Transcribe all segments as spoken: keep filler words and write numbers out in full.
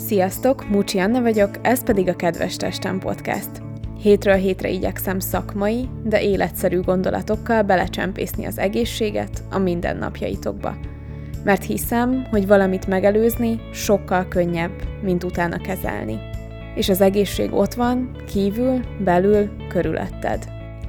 Sziasztok, Múcsi Anna vagyok, ez pedig a Kedves Testem Podcast. Hétről hétre igyekszem szakmai, de életszerű gondolatokkal belecsempészni az egészséget a mindennapjaitokba. Mert hiszem, hogy valamit megelőzni sokkal könnyebb, mint utána kezelni. És az egészség ott van, kívül, belül, körülötted.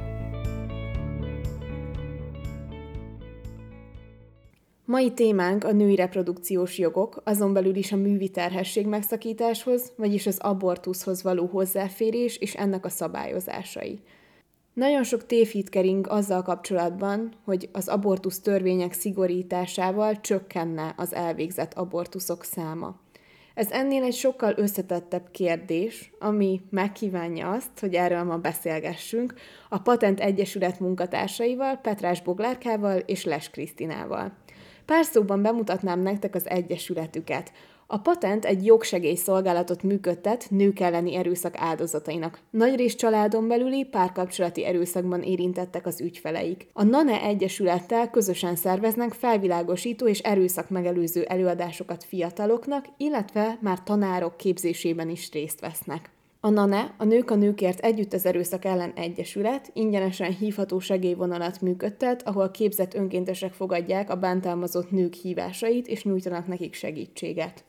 Mai témánk a női reprodukciós jogok, azon belül is a művi terhesség megszakításhoz, vagyis az abortuszhoz való hozzáférés és ennek a szabályozásai. Nagyon sok tévhit kering azzal kapcsolatban, hogy az abortusz törvények szigorításával csökkenne az elvégzett abortuszok száma. Ez ennél egy sokkal összetettebb kérdés, ami megkívánja azt, hogy erről ma beszélgessünk a Patent Egyesület munkatársaival, Petrás Boglárkával és Les Krisztinával. Pár szóban bemutatnám nektek az egyesületüket. A Patent egy jogsegélyszolgálatot működtet nők elleni erőszak áldozatainak. Nagyrészt családon belüli, párkapcsolati erőszakban érintettek az ügyfeleik. A NANE Egyesülettel közösen szerveznek felvilágosító és erőszak megelőző előadásokat fiataloknak, illetve már tanárok képzésében is részt vesznek. A NANE, a Nők a Nőkért Együtt az Erőszak Ellen Egyesület ingyenesen hívható segélyvonalat működtet, ahol képzett önkéntesek fogadják a bántalmazott nők hívásait és nyújtanak nekik segítséget.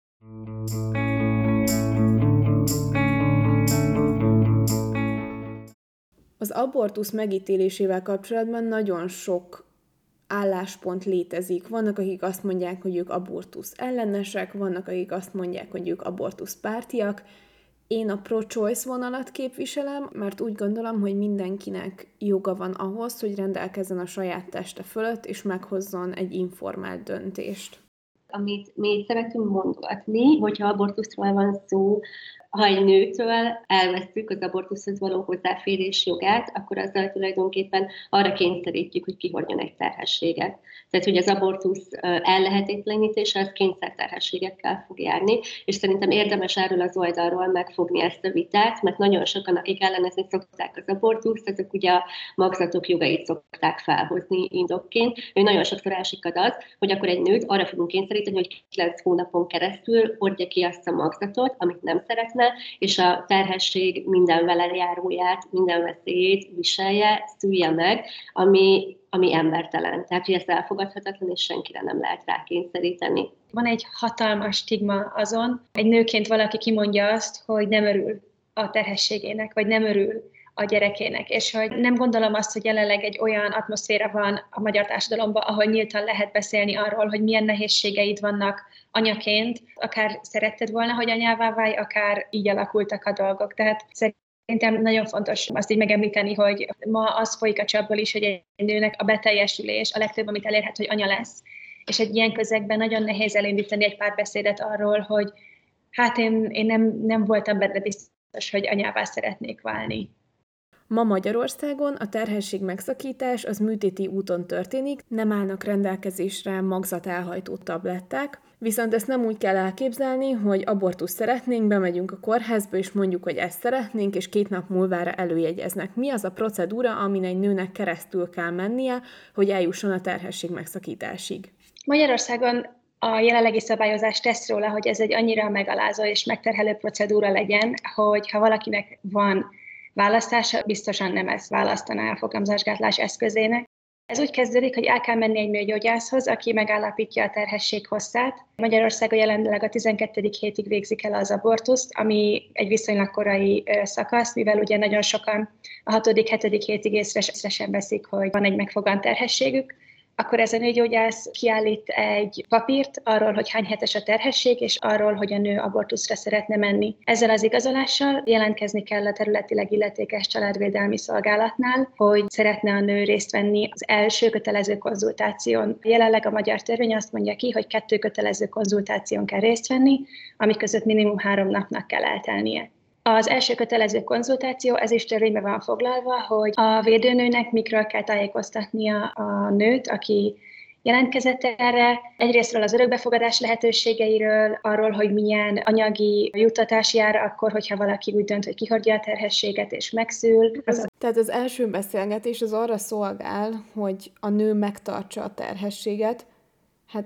Az abortusz megítélésével kapcsolatban nagyon sok álláspont létezik. Vannak, akik azt mondják, hogy ők abortusz ellenesek, vannak, akik azt mondják, hogy ők abortusz pártiak. Én a pro-choice vonalat képviselem, mert úgy gondolom, hogy mindenkinek joga van ahhoz, hogy rendelkezzen a saját teste fölött, és meghozzon egy informált döntést. Amit mi szeretünk mondatni, hogyha abortuszról van szó, ha egy nőtől elvesztük az abortuszhoz való hozzáférés jogát, akkor azzal tulajdonképpen arra kényszerítjük, hogy kihordjon egy terhességet. Tehát, hogy az abortusz ellehetetlenítése az kényszerterhességekkel fog járni, és szerintem érdemes erről az oldalról megfogni ezt a vitát, mert nagyon sokan, akik ellenezni szokták az abortuszt, azok ugye a magzatok jogait szokták felhozni indokként. Ő nagyon sokszor elsikad az, hogy akkor egy nőt arra fogunk kényszeríteni, hogy kilenc hónapon keresztül hordja ki azt a magzatot, amit nem szeretne, és a terhesség minden vele járóját, minden veszélyét viselje, szülje meg, ami, ami embertelen. Tehát, hogy ez elfogadhatatlan, és senkire nem lehet rákényszeríteni. Van egy hatalmas stigma azon, egy nőként valaki kimondja azt, hogy nem örül a terhességének, vagy nem örül a gyerekének, és hogy nem gondolom azt, hogy jelenleg egy olyan atmoszféra van a magyar társadalomban, ahol nyíltan lehet beszélni arról, hogy milyen nehézségeid vannak anyaként, akár szeretted volna, hogy anyává válj, akár így alakultak a dolgok. Tehát szerintem nagyon fontos azt így megemlíteni, hogy ma az folyik a csapból is, hogy egy nőnek a beteljesülés, a legtöbb, amit elérhet, hogy anya lesz. És egy ilyen közegben nagyon nehéz elindítani egy párbeszédet arról, hogy hát én, én nem, nem voltam benne biztos, hogy anyává szeretnék válni. Ma Magyarországon a terhesség megszakítás az műtéti úton történik, nem állnak rendelkezésre magzatelhajtó tabletták, viszont ezt nem úgy kell elképzelni, hogy abortusz szeretnénk, bemegyünk a kórházba, és mondjuk, hogy ezt szeretnénk, és két nap múlvára előjegyeznek. Mi az a procedúra, amin egy nőnek keresztül kell mennie, hogy eljusson a terhesség megszakításig? Magyarországon a jelenlegi szabályozás tesz róla, hogy ez egy annyira megalázó és megterhelő procedúra legyen, hogy ha valakinek van választása, biztosan nem ezt választaná a fogamzásgátlás eszközének. Ez úgy kezdődik, hogy el kell menni egy nőgyógyászhoz, aki megállapítja a terhesség hosszát. Magyarországon jelenleg a tizenkettedik hétig végzik el az abortuszt, ami egy viszonylag korai szakasz, mivel ugye nagyon sokan a hatodik-hetedik hétig észre sem veszik, hogy van egy megfogant terhességük. Akkor ez a nőgyógyász kiállít egy papírt arról, hogy hány hetes a terhesség, és arról, hogy a nő abortuszra szeretne menni. Ezzel az igazolással jelentkezni kell a területileg illetékes családvédelmi szolgálatnál, hogy szeretne a nő részt venni az első kötelező konzultáción. Jelenleg a magyar törvény azt mondja ki, hogy kettő kötelező konzultáción kell részt venni, ami között minimum három napnak kell eltelnie. Az első kötelező konzultáció, ez is törvényben van foglalva, hogy a védőnőnek mikről kell tájékoztatnia a nőt, aki jelentkezett erre. Egyrésztről az örökbefogadás lehetőségeiről, arról, hogy milyen anyagi juttatás jár akkor, hogyha valaki úgy dönt, hogy kihordja a terhességet és megszül. Az... Tehát az első beszélgetés az arra szolgál, hogy a nő megtartsa a terhességet. Hát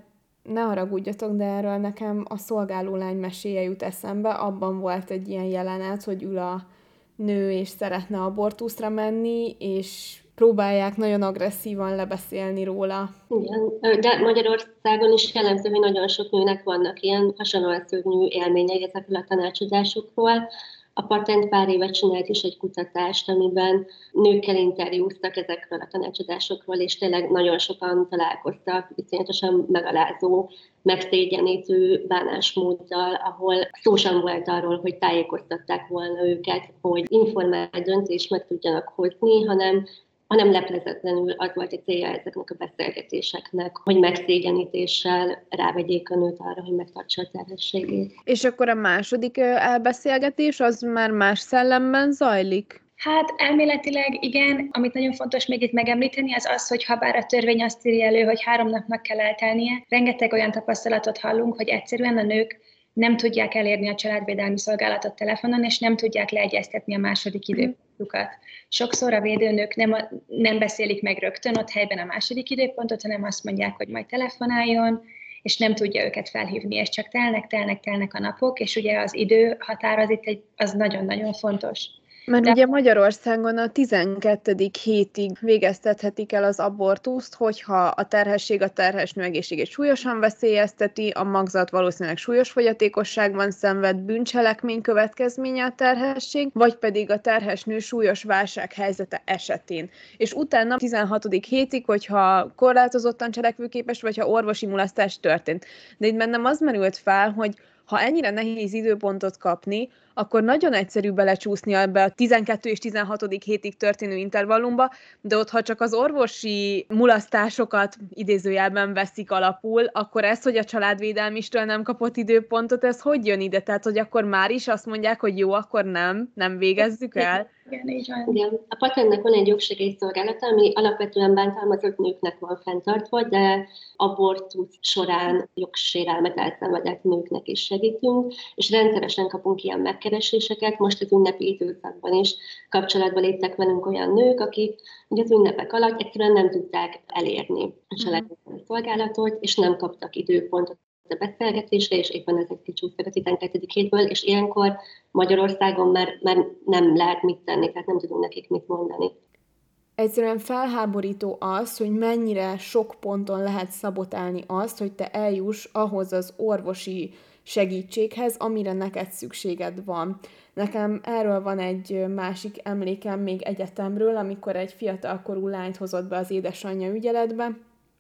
ne haragudjatok, de erről nekem a szolgálólány meséje jut eszembe. Abban volt egy ilyen jelenet, hogy ül a nő és szeretne abortuszra menni, és próbálják nagyon agresszívan lebeszélni róla. Igen, de Magyarországon is jellemző, hogy nagyon sok nőnek vannak ilyen hasonlóan szörnyű élményei ezekről a tanácsadásokról. A Patent pár éve csinált is egy kutatást, amiben nőkkel interjúztak ezekről a tanácsadásokról, és tényleg nagyon sokan találkoztak viszonyatosan megalázó, megszégyenítő bánásmóddal, ahol szó sem volt arról, hogy tájékoztatták volna őket, hogy informált döntést meg tudjanak hozni, hanem hanem leplezetlenül az volt a célja ezeknek a beszélgetéseknek, hogy megszégyenítéssel rávegyék a nőt arra, hogy megtartsa a terhességét. És akkor a második elbeszélgetés az már más szellemben zajlik? Hát elméletileg igen, amit nagyon fontos még itt megemlíteni, az az, hogy ha bár a törvény azt írja elő, hogy három napnak kell eltelnie, rengeteg olyan tapasztalatot hallunk, hogy egyszerűen a nők nem tudják elérni a családvédelmi szolgálatot telefonon, és nem tudják leegyeztetni a második időpontukat. Sokszor a védőnök nem, a, nem beszélik meg rögtön ott helyben a második időpontot, hanem azt mondják, hogy majd telefonáljon, és nem tudja őket felhívni, és csak telnek, telnek, telnek a napok, és ugye az időhatár az itt egy, az nagyon-nagyon fontos. Mert De... ugye Magyarországon a tizenkettedik hétig végeztethetik el az abortuszt, hogyha a terhesség a terhes nő egészségét súlyosan veszélyezteti, a magzat valószínűleg súlyos fogyatékosságban szenved, bűncselekmény következménye a terhesség, vagy pedig a terhes nő súlyos válsághelyzete esetén. És utána a tizenhatodik hétig, hogyha korlátozottan cselekvőképes, vagy ha orvosi mulasztás történt. De itt bennem az merült fel, hogy ha ennyire nehéz időpontot kapni, akkor nagyon egyszerű belecsúszni ebbe a tizenkettő és tizenhatodik hétig történő intervallumba, de ott, ha csak az orvosi mulasztásokat idézőjelben veszik alapul, akkor ez, hogy a családvédelmistől nem kapott időpontot, ez hogy jön ide? Tehát, hogy akkor már is azt mondják, hogy jó, akkor nem, nem végezzük el? Igen, így van. Igen. A Patentnek van egy jogsegélyszolgálata, ami alapvetően bántalmazott nőknek van fenntartva, de abortusz során jogsérelmet elszenvedett nőknek is segítünk, és rendszeresen kapunk ilyen megkereséseket. Most az ünnepi időszakban is kapcsolatba léptek velünk olyan nők, akik ugye az ünnepek alatt egyszerűen nem tudták elérni a családvédelmi szolgálatot, és nem kaptak időpontot a beszélgetésre, és éppen ezek kicsúsztak a tizenkettedik hétből, és ilyenkor Magyarországon már, már nem lehet mit tenni, tehát nem tudunk nekik mit mondani. Egyszerűen felháborító az, hogy mennyire sok ponton lehet szabotálni azt, hogy te eljuss ahhoz az orvosi segítséghez, amire neked szükséged van. Nekem erről van egy másik emlékem még egyetemről, amikor egy fiatalkorú lányt hozott be az édesanyja ügyeletbe,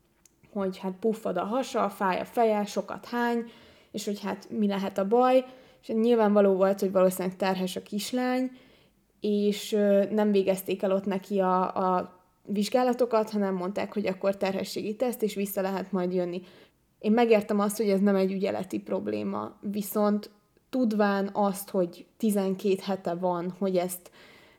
hogy hát puffad a hasa, fáj a feje, sokat hány, és hogy hát mi lehet a baj, és nyilvánvaló volt, hogy valószínűleg terhes a kislány, és nem végezték el ott neki a, a vizsgálatokat, hanem mondták, hogy akkor terhességi teszt, és vissza lehet majd jönni. Én megértem azt, hogy ez nem egy ügyeleti probléma, viszont tudván azt, hogy tizenkét hete van, hogy ezt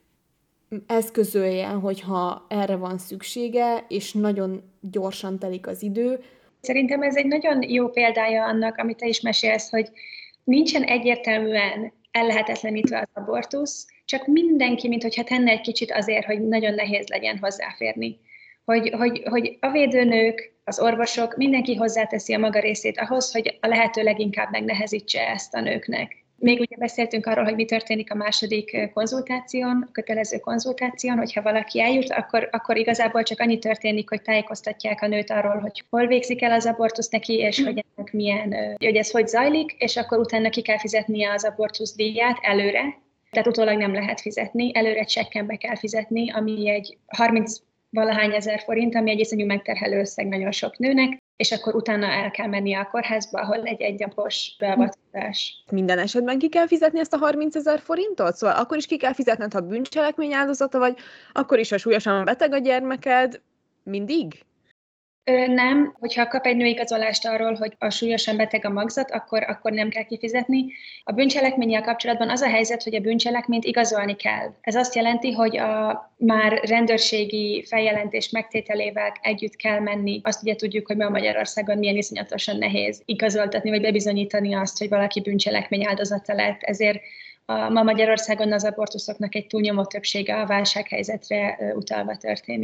eszközöljen, hogyha erre van szüksége, és nagyon gyorsan telik az idő. Szerintem ez egy nagyon jó példája annak, amit te is mesélsz, hogy nincsen egyértelműen ellehetetlenítve az abortusz, csak mindenki, mintha tenne egy kicsit azért, hogy nagyon nehéz legyen hozzáférni. Hogy, hogy, hogy a védőnők, az orvosok, mindenki hozzáteszi a maga részét ahhoz, hogy a lehető leginkább megnehezítse ezt a nőknek. Még ugye beszéltünk arról, hogy mi történik a második konzultáción, a kötelező konzultáción, hogyha valaki eljut, akkor, akkor igazából csak annyi történik, hogy tájékoztatják a nőt arról, hogy hol végzik el az abortusz neki, és hogy ennek milyen, hogy ez hogy zajlik, és akkor utána ki kell fizetnie az abortusz díját előre, tehát utólag nem lehet fizetni, előre csekken be kell fizetni, ami egy harminc valahány ezer forint, ami egy iszonyú megterhelő összeg nagyon sok nőnek, és akkor utána el kell mennie a kórházba, ahol egy egynapos beavatkozás. Minden esetben ki kell fizetni ezt a harmincezer forintot? Szóval akkor is ki kell fizetned, ha bűncselekmény áldozata vagy, akkor is, ha súlyosan beteg a gyermeked, mindig? Ö, nem, hogyha kap egy nőigazolást arról, hogy a súlyosan beteg a magzat, akkor, akkor nem kell kifizetni. A bűncselekménnyel kapcsolatban az a helyzet, hogy a bűncselekményt igazolni kell. Ez azt jelenti, hogy a már rendőrségi feljelentés megtételével együtt kell menni. Azt ugye tudjuk, hogy ma Magyarországon milyen iszonyatosan nehéz igazoltatni, vagy bebizonyítani azt, hogy valaki bűncselekmény áldozata lett. Ezért a, ma Magyarországon az abortuszoknak egy túlnyomó többsége a válsághelyzetre utalva történik.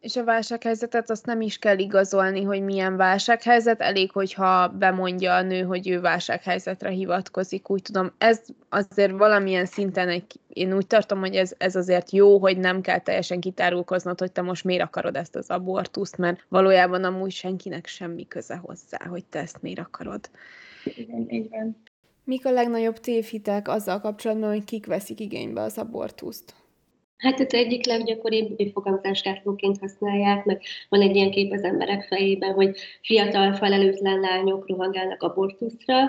És a válsághelyzetet azt nem is kell igazolni, hogy milyen válsághelyzet, elég, hogyha bemondja a nő, hogy ő válsághelyzetre hivatkozik, úgy tudom. Ez azért valamilyen szinten, egy, én úgy tartom, hogy ez, ez azért jó, hogy nem kell teljesen kitárulkoznod, hogy te most miért akarod ezt az abortuszt, mert valójában amúgy senkinek semmi köze hozzá, hogy te ezt miért akarod. Igen, így van. Mik a legnagyobb tévhitek azzal kapcsolatban, hogy kik veszik igénybe az abortuszt? Hát az egyik leggyakoribb, hogy fogamzásgátlóként használják, meg van egy ilyen kép az emberek fejében, hogy fiatal, felelőtlen lányok rohangálnak abortuszra,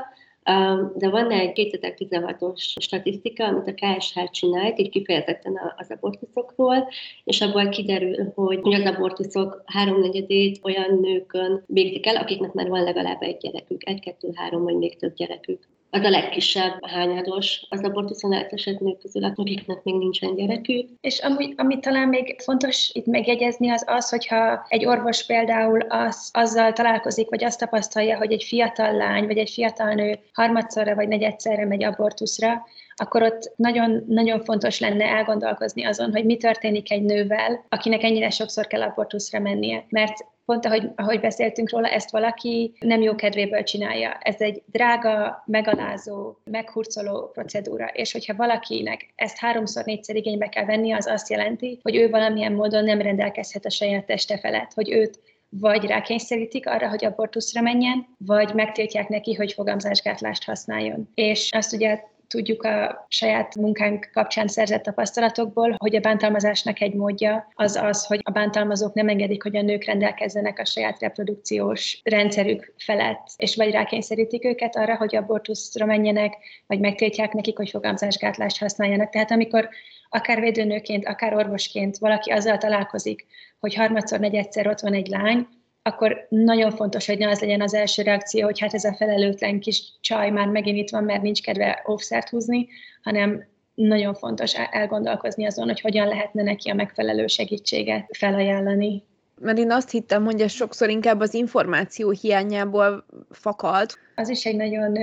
de van egy kétezer-tizenhatos statisztika, amit a ká es há csinált, így kifejezetten az abortuszokról, és abból kiderül, hogy az abortuszok háromnegyedét olyan nőkön végzik el, akiknek már van legalább egy gyerekük, egy, kettő, három vagy még több gyerekük. Az a legkisebb hányados az abortuszon átesett nők közül, akiknek még nincsen gyerekük. És amúgy, ami talán még fontos itt megjegyezni, az az, hogyha egy orvos például az, azzal találkozik, vagy azt tapasztalja, hogy egy fiatal lány, vagy egy fiatal nő harmadszorra vagy negyedszerre megy abortuszra, akkor ott nagyon, nagyon fontos lenne elgondolkozni azon, hogy mi történik egy nővel, akinek ennyire sokszor kell abortuszra mennie. Mert pont ahogy, ahogy beszéltünk róla, ezt valaki nem jó kedvéből csinálja. Ez egy drága, megalázó, meghurcoló procedúra, és hogyha valakinek ezt háromszor, négyszer igénybe kell venni, az azt jelenti, hogy ő valamilyen módon nem rendelkezhet a saját teste felett, hogy őt vagy rákényszerítik arra, hogy abortuszra menjen, vagy megtiltják neki, hogy fogamzásgátlást használjon. És azt ugye tudjuk a saját munkánk kapcsán szerzett tapasztalatokból, hogy a bántalmazásnak egy módja az az, hogy a bántalmazók nem engedik, hogy a nők rendelkezzenek a saját reprodukciós rendszerük felett, és vagy rákényszerítik őket arra, hogy abortuszra menjenek, vagy megtiltják nekik, hogy fogamzásgátlást használjanak. Tehát amikor akár védőnőként, akár orvosként valaki azzal találkozik, hogy harmadszor, negyedszer ott van egy lány, akkor nagyon fontos, hogy ne az legyen az első reakció, hogy hát ez a felelőtlen kis csaj már megint itt van, mert nincs kedve óvszert húzni, hanem nagyon fontos elgondolkozni azon, hogy hogyan lehetne neki a megfelelő segítséget felajánlani. Mert én azt hittem, hogy ez sokszor inkább az információ hiányából fakad. Az is egy nagyon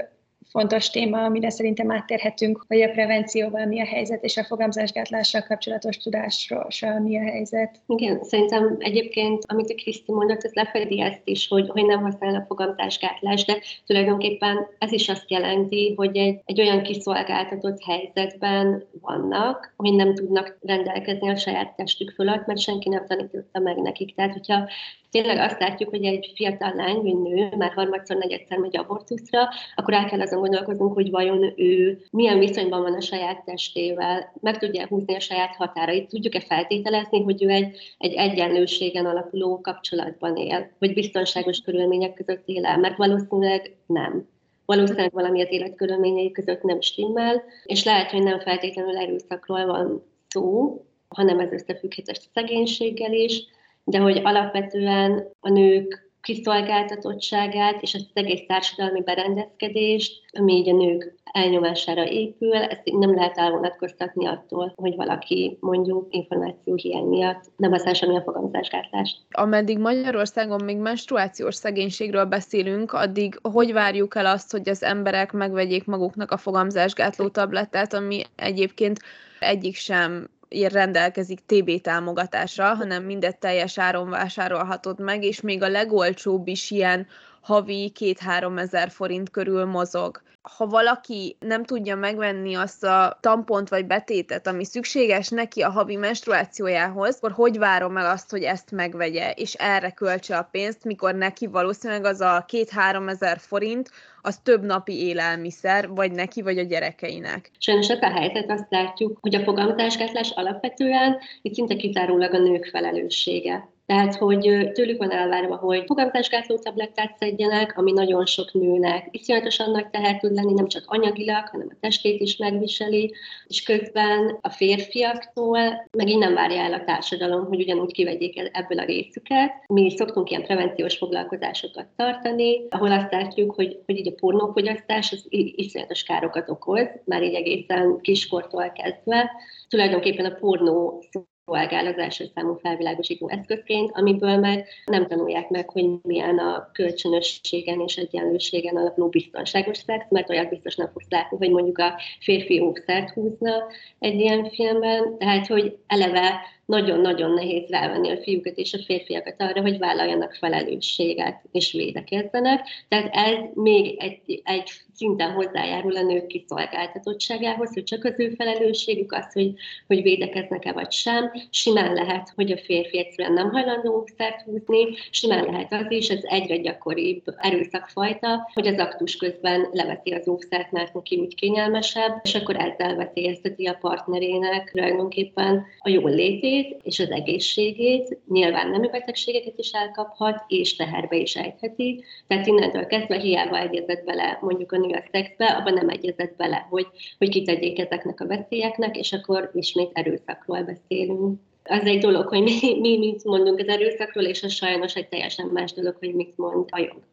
fontos téma, amire szerintem áttérhetünk, hogy a prevencióval mi a helyzet, és a fogamzásgátlással kapcsolatos tudásról mi a helyzet. Igen, szerintem egyébként, amit a Kriszti mondott, ez lefedi ezt is, hogy, hogy nem használnak fogamzásgátlást, de tulajdonképpen ez is azt jelenti, hogy egy, egy olyan kiszolgáltatott helyzetben vannak, hogy nem tudnak rendelkezni a saját testük fölött, mert senki nem tanította meg nekik. Tehát, hogyha tényleg azt látjuk, hogy egy fiatal lány vagy nő már harmadszor, negyedszer megy abortuszra, akkor el kell azon gondolkoznunk, hogy vajon ő milyen viszonyban van a saját testével, meg tudja húzni a saját határait, tudjuk-e feltételezni, hogy ő egy, egy egyenlőségen alapuló kapcsolatban él, vagy biztonságos körülmények között él el, mert valószínűleg nem. Valószínűleg valami az életkörülményei között nem stimmel, és lehet, hogy nem feltétlenül erőszakról van szó, hanem ez összefügghet a szegénységgel is, de hogy alapvetően a nők kiszolgáltatottságát és az egész társadalmi berendezkedést, ami így a nők elnyomására épül, ezt nem lehet elvonatkoztatni attól, hogy valaki mondjuk információhiány miatt nem használ semmilyen fogamzásgátlást. Ameddig Magyarországon még menstruációs szegénységről beszélünk, addig hogy várjuk el azt, hogy az emberek megvegyék maguknak a fogamzásgátló tablettát, ami egyébként egyik sem rendelkezik té bé támogatásra, hanem mindet teljes áron vásárolhatod meg, és még a legolcsóbb is ilyen havi két-három ezer forint körül mozog. Ha valaki nem tudja megvenni azt a tampont vagy betétet, ami szükséges neki a havi menstruációjához, akkor hogy várom el azt, hogy ezt megvegye, és erre költse a pénzt, mikor neki valószínűleg az a két-három ezer forint, az több napi élelmiszer, vagy neki, vagy a gyerekeinek. Sajnos ez a helyzet, azt látjuk, hogy a fogamzásgátlás alapvetően itt szinte kizárólag a nők felelőssége. Tehát, hogy tőlük van elvárva, hogy fogamzásgátló tablettát szedjenek, ami nagyon sok nőnek iszonyatosan nagy teher tud lenni, nem csak anyagilag, hanem a testét is megviseli, és közben a férfiaktól meg így nem várja el a társadalom, hogy ugyanúgy kivegyék ebből a részüket. Mi szoktunk ilyen prevenciós foglalkozásokat tartani, ahol azt látjuk, hogy, hogy így a pornófogyasztás az iszonyatos károkat okoz, már így egészen kiskortól kezdve. Tulajdonképpen a pornó szolgál az első számú felvilágosító eszközként, amiből meg nem tanulják meg, hogy milyen a kölcsönösségen és egyenlőségen alapuló biztonságos szex, mert olyat biztos nem fogsz látni, hogy mondjuk a férfi óvszert húzna egy ilyen filmben, tehát hogy eleve nagyon-nagyon nehéz rávenni a fiúkat és a férfiakat arra, hogy vállaljanak felelősséget és védekezzenek. Tehát ez még egy, egy szinten hozzájárul a nők kiszolgáltatottságához, hogy csak az ő felelősségük az, hogy, hogy védekeznek-e vagy sem. Simán lehet, hogy a férfi egyszerűen nem hajlandó óvszert húzni, simán lehet az is, ez egyre gyakoribb erőszakfajta, hogy az aktus közben leveszi az óvszert, mert neki úgy kényelmesebb, és akkor ezzel veszélyezteti a partnerének tulajdonképpen a jól létét és az egészségét, nyilván nemű betegségeket is elkaphat, és teherbe is ejtheti. Tehát innentől kezdve hiába egyezett bele mondjuk a nő a szexbe, abban nem egyezett bele, hogy, hogy kitegyék ezeknek a veszélyeknek, és akkor ismét erőszakról beszélünk. Az egy dolog, hogy mi, mi mit mondunk az erőszakról, és az sajnos egy teljesen más dolog, hogy mit mond a jog.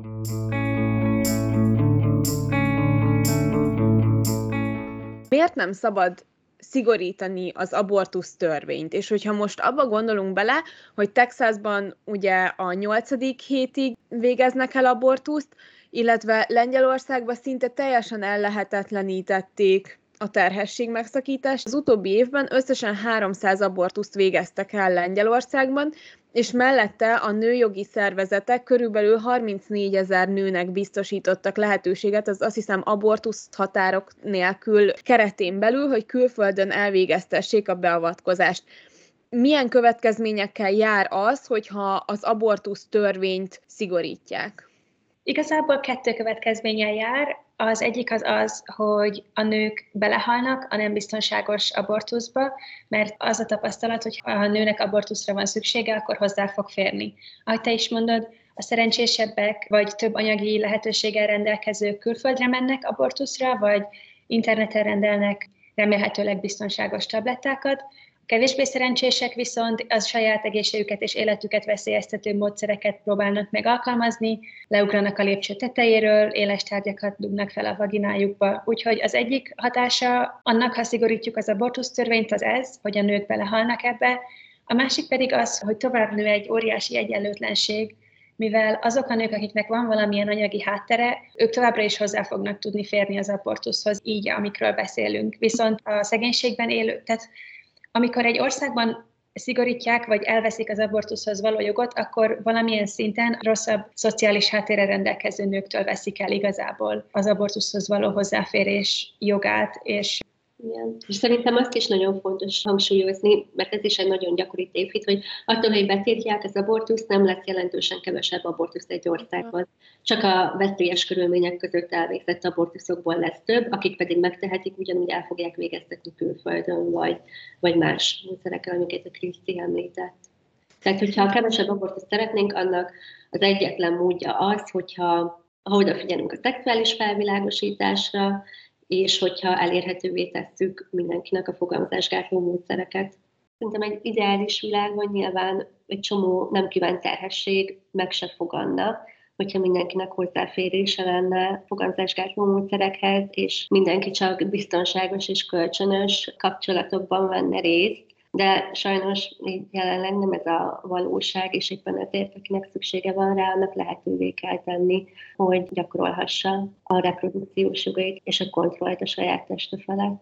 Miért nem szabad szigorítani az abortusz törvényt? És hogyha most abba gondolunk bele, hogy Texasban ugye a nyolcadik hétig végeznek el abortuszt, illetve Lengyelországban szinte teljesen ellehetetlenítették a terhesség megszakítást. Az utóbbi évben összesen háromszáz abortuszt végeztek el Lengyelországban, és mellette a nőjogi szervezetek körülbelül harmincnégyezer nőnek biztosítottak lehetőséget az azt hiszem abortusz határok nélkül keretén belül, hogy külföldön elvégeztessék a beavatkozást. Milyen következményekkel jár az, hogyha az abortusz törvényt szigorítják? Igazából kettő következménnyel jár. Az egyik az az, hogy a nők belehalnak a nem biztonságos abortuszba, mert az a tapasztalat, hogy ha a nőnek abortuszra van szüksége, akkor hozzá fog férni. Ahogy te is mondod, a szerencsésebbek vagy több anyagi lehetőséggel rendelkezők külföldre mennek abortuszra, vagy interneten rendelnek remélhetőleg biztonságos tablettákat. Kevésbé szerencsések viszont az saját egészségüket és életüket veszélyeztető módszereket próbálnak meg alkalmazni, leugranak a lépcső tetejéről, éles tárgyakat dugnak fel a vaginájukba. Úgyhogy az egyik hatása annak, ha szigorítjuk az abortusz törvényt, az ez, hogy a nők belehalnak ebbe. A másik pedig az, hogy tovább nő egy óriási egyenlőtlenség, mivel azok a nők, akiknek van valamilyen anyagi háttere, ők továbbra is hozzá fognak tudni férni az abortuszhoz, így, amikről beszélünk. Viszont a szegénységben élők, tehát amikor egy országban szigorítják, vagy elveszik az abortuszhoz való jogot, akkor valamilyen szinten rosszabb szociális háttérrel rendelkező nőktől veszik el igazából az abortuszhoz való hozzáférés jogát, és Igen. És szerintem azt is nagyon fontos hangsúlyozni, mert ez is egy nagyon gyakori tévhit, hogy attól, hogy betiltják az abortuszt, nem lesz jelentősen kevesebb abortusz egy országban. Csak a veszélyes körülmények között elvégzett abortuszokból lesz több, akik pedig megtehetik, ugyanúgy el fogják végeztetni külföldön, vagy, vagy más módszerekkel, amiket a Kriszti említett. Tehát, hogyha kevesebb abortuszt szeretnénk, annak az egyetlen módja az, hogyha ha odafigyelünk a szexuális felvilágosításra, és hogyha elérhetővé tesszük mindenkinek a fogamzásgátló módszereket. Szerintem egy ideális világban nyilván egy csomó nem kívánt terhesség meg se foganna, hogyha mindenkinek hozzáférése lenne fogamzásgátló módszerekhez, és mindenki csak biztonságos és kölcsönös kapcsolatokban venne részt. De sajnos jelenleg nem ez a valóság, és éppen ezért, akinek szüksége van rá, annak lehetővé kell tenni, hogy gyakorolhassa a reprodukciós jogait és a kontrollt a saját teste felett.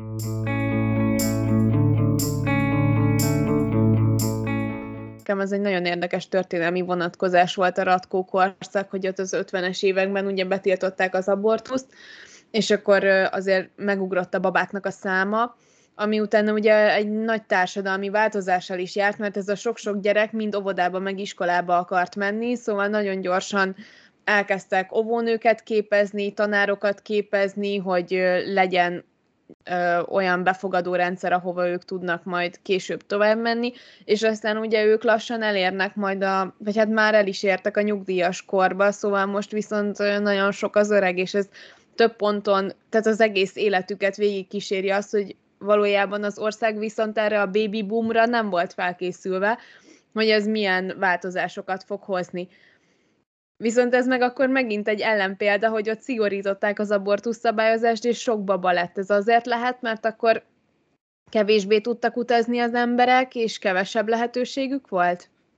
Nekem ez egy nagyon érdekes történelmi vonatkozás volt a Ratko korszak, hogy ott az ötvenes években ugye betiltották az abortuszt, és akkor azért megugrott a babáknak a száma, ami utána ugye egy nagy társadalmi változással is járt, mert ez a sok-sok gyerek mind óvodába, meg iskolába akart menni, szóval nagyon gyorsan elkezdtek óvónőket képezni, tanárokat képezni, hogy legyen ö, olyan befogadó rendszer, ahova ők tudnak majd később tovább menni, és aztán ugye ők lassan elérnek majd a, vagy hát már el is értek a nyugdíjas korba, szóval most viszont nagyon sok az öreg, és ez több ponton, tehát az egész életüket végigkíséri azt, hogy valójában az ország viszont erre a baby boomra nem volt felkészülve, hogy ez milyen változásokat fog hozni. Viszont ez meg akkor megint egy ellenpélda, hogy ott szigorították az abortusz szabályozást, és sok baba lett. Ez azért lehet, mert akkor kevésbé tudtak utazni az emberek, és kevesebb lehetőségük volt?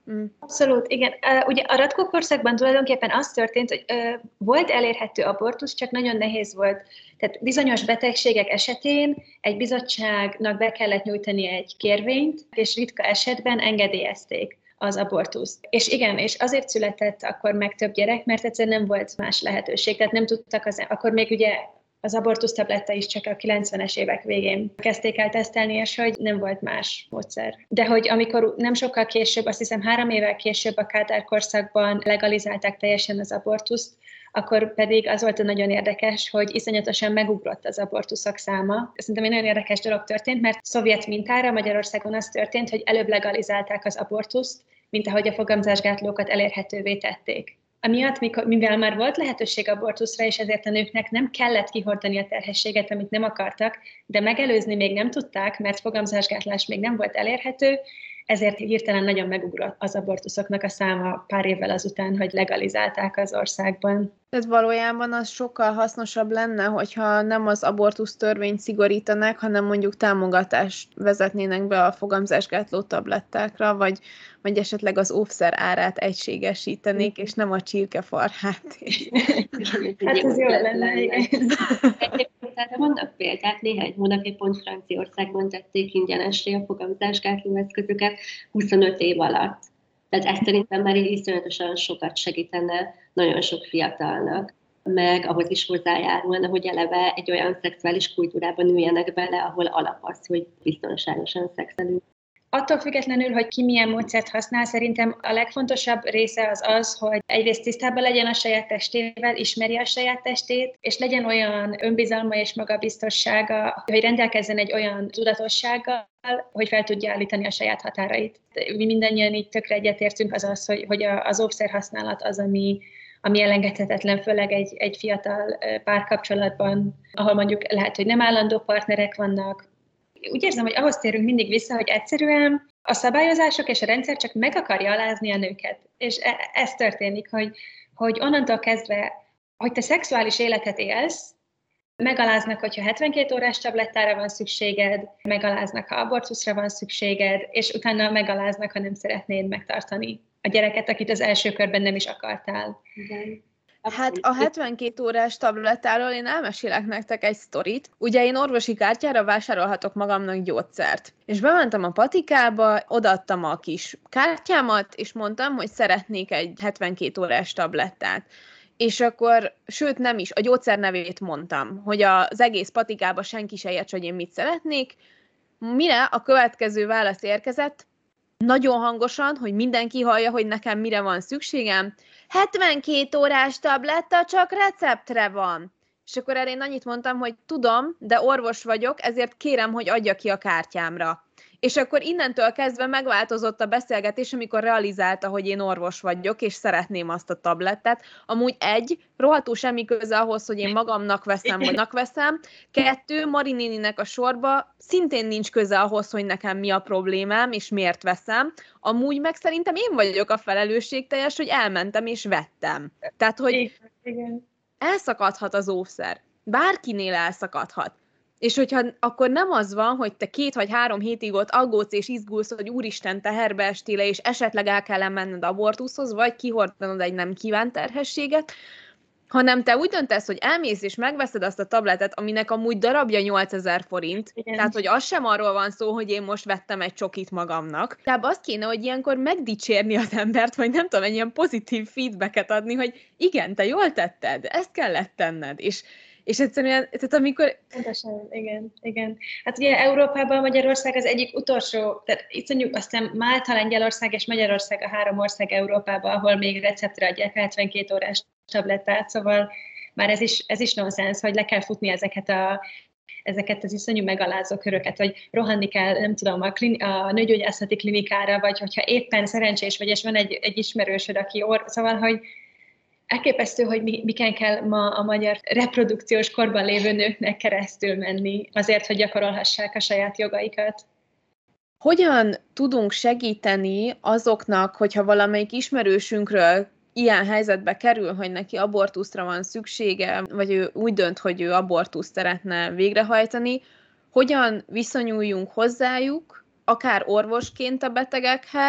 Mm. Abszolút, igen. Uh, ugye a Ratko korszakban tulajdonképpen az történt, hogy uh, volt elérhető abortusz, csak nagyon nehéz volt. Tehát bizonyos betegségek esetén egy bizottságnak be kellett nyújtani egy kérvényt, és ritka esetben engedélyezték az abortuszt. És igen, és azért született akkor meg több gyerek, mert egyszerűen nem volt más lehetőség. Tehát nem tudtak, az, akkor még ugye az abortusz tabletta is csak a kilencvenes évek végén kezdték el tesztelni, és hogy nem volt más módszer. De hogy amikor nem sokkal később, azt hiszem három évvel később a Kádár korszakban legalizálták teljesen az abortuszt, akkor pedig az volt nagyon érdekes, hogy iszonyatosan megugrott az abortuszok száma. Szerintem egy nagyon érdekes dolog történt, mert szovjet mintára Magyarországon az történt, hogy előbb legalizálták az abortuszt, mint ahogy a fogamzásgátlókat elérhetővé tették. Amiatt, mivel már volt lehetőség abortuszra, és ezért a nőknek nem kellett kihordani a terhességet, amit nem akartak, de megelőzni még nem tudták, mert fogamzásgátlás még nem volt elérhető, ezért hirtelen nagyon megugrott az abortuszoknak a száma pár évvel azután, hogy legalizálták az országban. Tehát valójában az sokkal hasznosabb lenne, hogyha nem az abortusz törvényt szigorítanák, hanem mondjuk támogatást vezetnének be a fogamzásgátló tablettákra, vagy, vagy esetleg az óvszer árát egységesítenék, és nem a csirkefarhát. Hát ez jó lenne, igen. Tehát vannak példák, néhány hónapja pont Franciaországban tették ingyenesre a fogamzásgátló eszközöket huszonöt év alatt. Tehát ez szerintem már így iszonyatosan sokat segítene nagyon sok fiatalnak, meg ahhoz is hozzájárulna, hogy eleve egy olyan szexuális kultúrában üljenek bele, ahol alap az, hogy biztonságosan szexelünk. Attól függetlenül, hogy ki milyen módszert használ, szerintem a legfontosabb része az az, hogy egyrészt tisztában legyen a saját testével, ismerje a saját testét, és legyen olyan önbizalma és magabiztossága, hogy rendelkezzen egy olyan tudatossággal, hogy fel tudja állítani a saját határait. Mi mindannyian így tökre egyetértünk az az, hogy, hogy az óvszer használat az, ami, ami elengedhetetlen, főleg egy, egy fiatal párkapcsolatban, ahol mondjuk lehet, hogy nem állandó partnerek vannak. Úgy érzem, hogy ahhoz térünk mindig vissza, hogy egyszerűen a szabályozások és a rendszer csak meg akarja alázni a nőket. És ez történik, hogy, hogy onnantól kezdve, hogy te szexuális életet élsz, megaláznak, hogyha hetvenkét órás tablettára van szükséged, megaláznak, ha abortuszra van szükséged, és utána megaláznak, ha nem szeretnéd megtartani a gyereket, akit az első körben nem is akartál. Igen. Hát a hetvenkét órás tablettáról én elmesélek nektek egy sztorit. Ugye én orvosi kártyára vásárolhatok magamnak gyógyszert. És bementem a patikába, odaadtam a kis kártyámat, és mondtam, hogy szeretnék egy hetvenkét órás tablettát. És akkor, sőt nem is, a gyógyszer nevét mondtam, hogy az egész patikába senki se érts, hogy én mit szeretnék. Mire a következő válasz érkezett, nagyon hangosan, hogy mindenki hallja, hogy nekem mire van szükségem, hetvenkét órás tabletta csak receptre van. És akkor erre én annyit mondtam, hogy tudom, de orvos vagyok, ezért kérem, hogy adja ki a kártyámra. És akkor innentől kezdve megváltozott a beszélgetés, amikor realizálta, hogy én orvos vagyok, és szeretném azt a tablettát. Amúgy egy, rohadtul semmi köze ahhoz, hogy én magamnak veszem, vagy nak veszem. Kettő, Mari néninek a sorba szintén nincs köze ahhoz, hogy nekem mi a problémám, és miért veszem. Amúgy meg szerintem én vagyok a felelősségteljes, hogy elmentem és vettem. Tehát, hogy elszakadhat az óvszer. Bárkinél elszakadhat. És hogyha akkor nem az van, hogy te két vagy három hétig ott aggódsz és izgulsz, hogy úristen, teherbe estél, és esetleg el kell menned abortuszhoz, vagy kihordanod egy nem kívánt terhességet, hanem te úgy döntesz, hogy elmész és megveszed azt a tabletet, aminek amúgy darabja nyolcezer forint, igen. Tehát, hogy az sem arról van szó, hogy én most vettem egy csokit magamnak. Tehát azt kéne, hogy ilyenkor megdicsérni az embert, vagy nem tudom, egy ilyen pozitív feedbacket adni, hogy igen, te jól tetted, ezt kellett tenned, és És egyszerűen, tehát amikor... Pontosan, igen, igen. Hát ugye Európában Magyarország az egyik utolsó, tehát iszonyú, aztán Málta, Lengyelország és Magyarország a három ország Európában, ahol még receptre adják hetvenkét órás tablettát, szóval már ez is, ez is nonsens, hogy le kell futni ezeket a ezeket az iszonyú megalázó köröket, hogy rohanni kell, nem tudom, a, klini- a nőgyógyászati klinikára, vagy hogyha éppen szerencsés vagy, és van egy, egy ismerősöd, aki or... Szóval, hogy elképesztő, hogy miken kell ma a magyar reprodukciós korban lévő nőknek keresztül menni, azért, hogy gyakorolhassák a saját jogaikat. Hogyan tudunk segíteni azoknak, hogyha valamelyik ismerősünkről ilyen helyzetbe kerül, hogy neki abortuszra van szüksége, vagy ő úgy dönt, hogy ő abortuszt szeretne végrehajtani, hogyan viszonyuljunk hozzájuk, akár orvosként a betegekhez,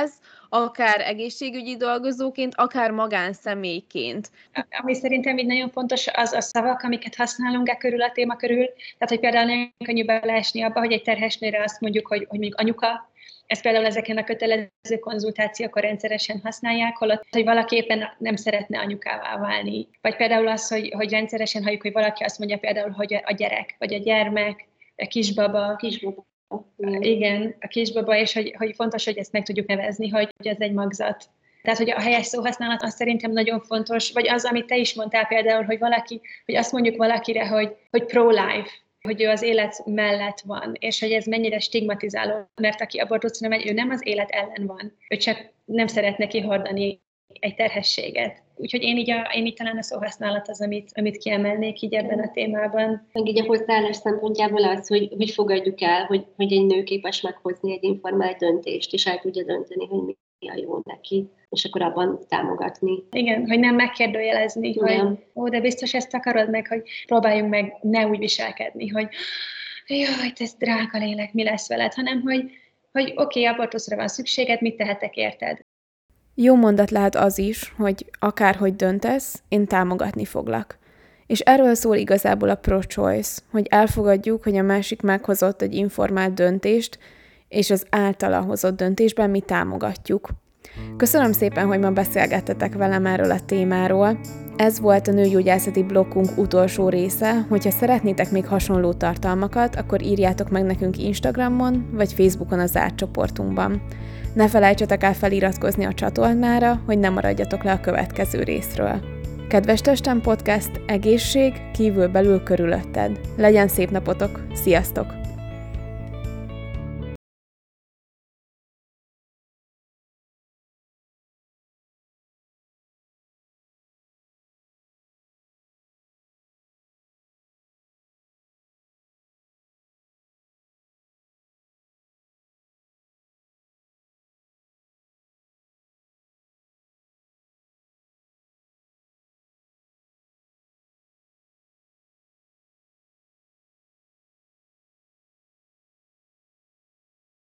akár egészségügyi dolgozóként, akár magánszemélyként. Ami szerintem így nagyon fontos, az a szavak, amiket használunk e körül a téma körül. Tehát, hogy például nagyon könnyű beleesni abba, hogy egy terhes nőre azt mondjuk, hogy, hogy mondjuk anyuka. Ezt például ezeken a kötelező konzultációkon rendszeresen használják, holott, hogy valaki éppen nem szeretne anyukává válni. Vagy például az, hogy, hogy rendszeresen halljuk, hogy valaki azt mondja például, hogy a gyerek, vagy a gyermek, a kisbaba. Kisbaba. Igen, a kisbaba, és hogy, hogy fontos, hogy ezt meg tudjuk nevezni, hogy ez egy magzat. Tehát, hogy a helyes szóhasználat az szerintem nagyon fontos, vagy az, amit te is mondtál például, hogy valaki, hogy azt mondjuk valakire, hogy, hogy pro-life, hogy ő az élet mellett van, és hogy ez mennyire stigmatizáló, mert aki abortuszra megy, ő nem az élet ellen van, ő csak nem szeretne kihordani egy terhességet. Úgyhogy én így, a, én így talán a szóhasználat az, amit, amit kiemelnék így ebben a témában. Meg így a hozzáállás szempontjából az, hogy, hogy fogadjuk el, hogy, hogy egy nő képes meghozni egy informális döntést, és el tudja dönteni, hogy mi a jó neki, és akkor abban támogatni. Igen, hogy nem megkérdőjelezni, igen. Hogy ó, de biztos ezt akarod meg, hogy próbáljunk meg ne úgy viselkedni, hogy jaj, ez drága lélek, mi lesz veled, hanem hogy, hogy oké, okay, abortuszra van szükséged, mit tehetek érted? Jó mondat lehet az is, hogy akárhogy döntesz, én támogatni foglak. És erről szól igazából a pro-choice, hogy elfogadjuk, hogy a másik meghozott egy informált döntést, és az általa hozott döntésben mi támogatjuk. Köszönöm szépen, hogy ma beszélgettetek velem erről a témáról. Ez volt a nőgyógyászati blokkunk utolsó része. Hogyha szeretnétek még hasonló tartalmakat, akkor írjátok meg nekünk Instagramon, vagy Facebookon a zárt csoportunkban. Ne felejtsetek el feliratkozni a csatornára, hogy ne maradjatok le a következő részről. Kedves Testem Podcast, egészség kívül-belül körülötted. Legyen szép napotok, sziasztok!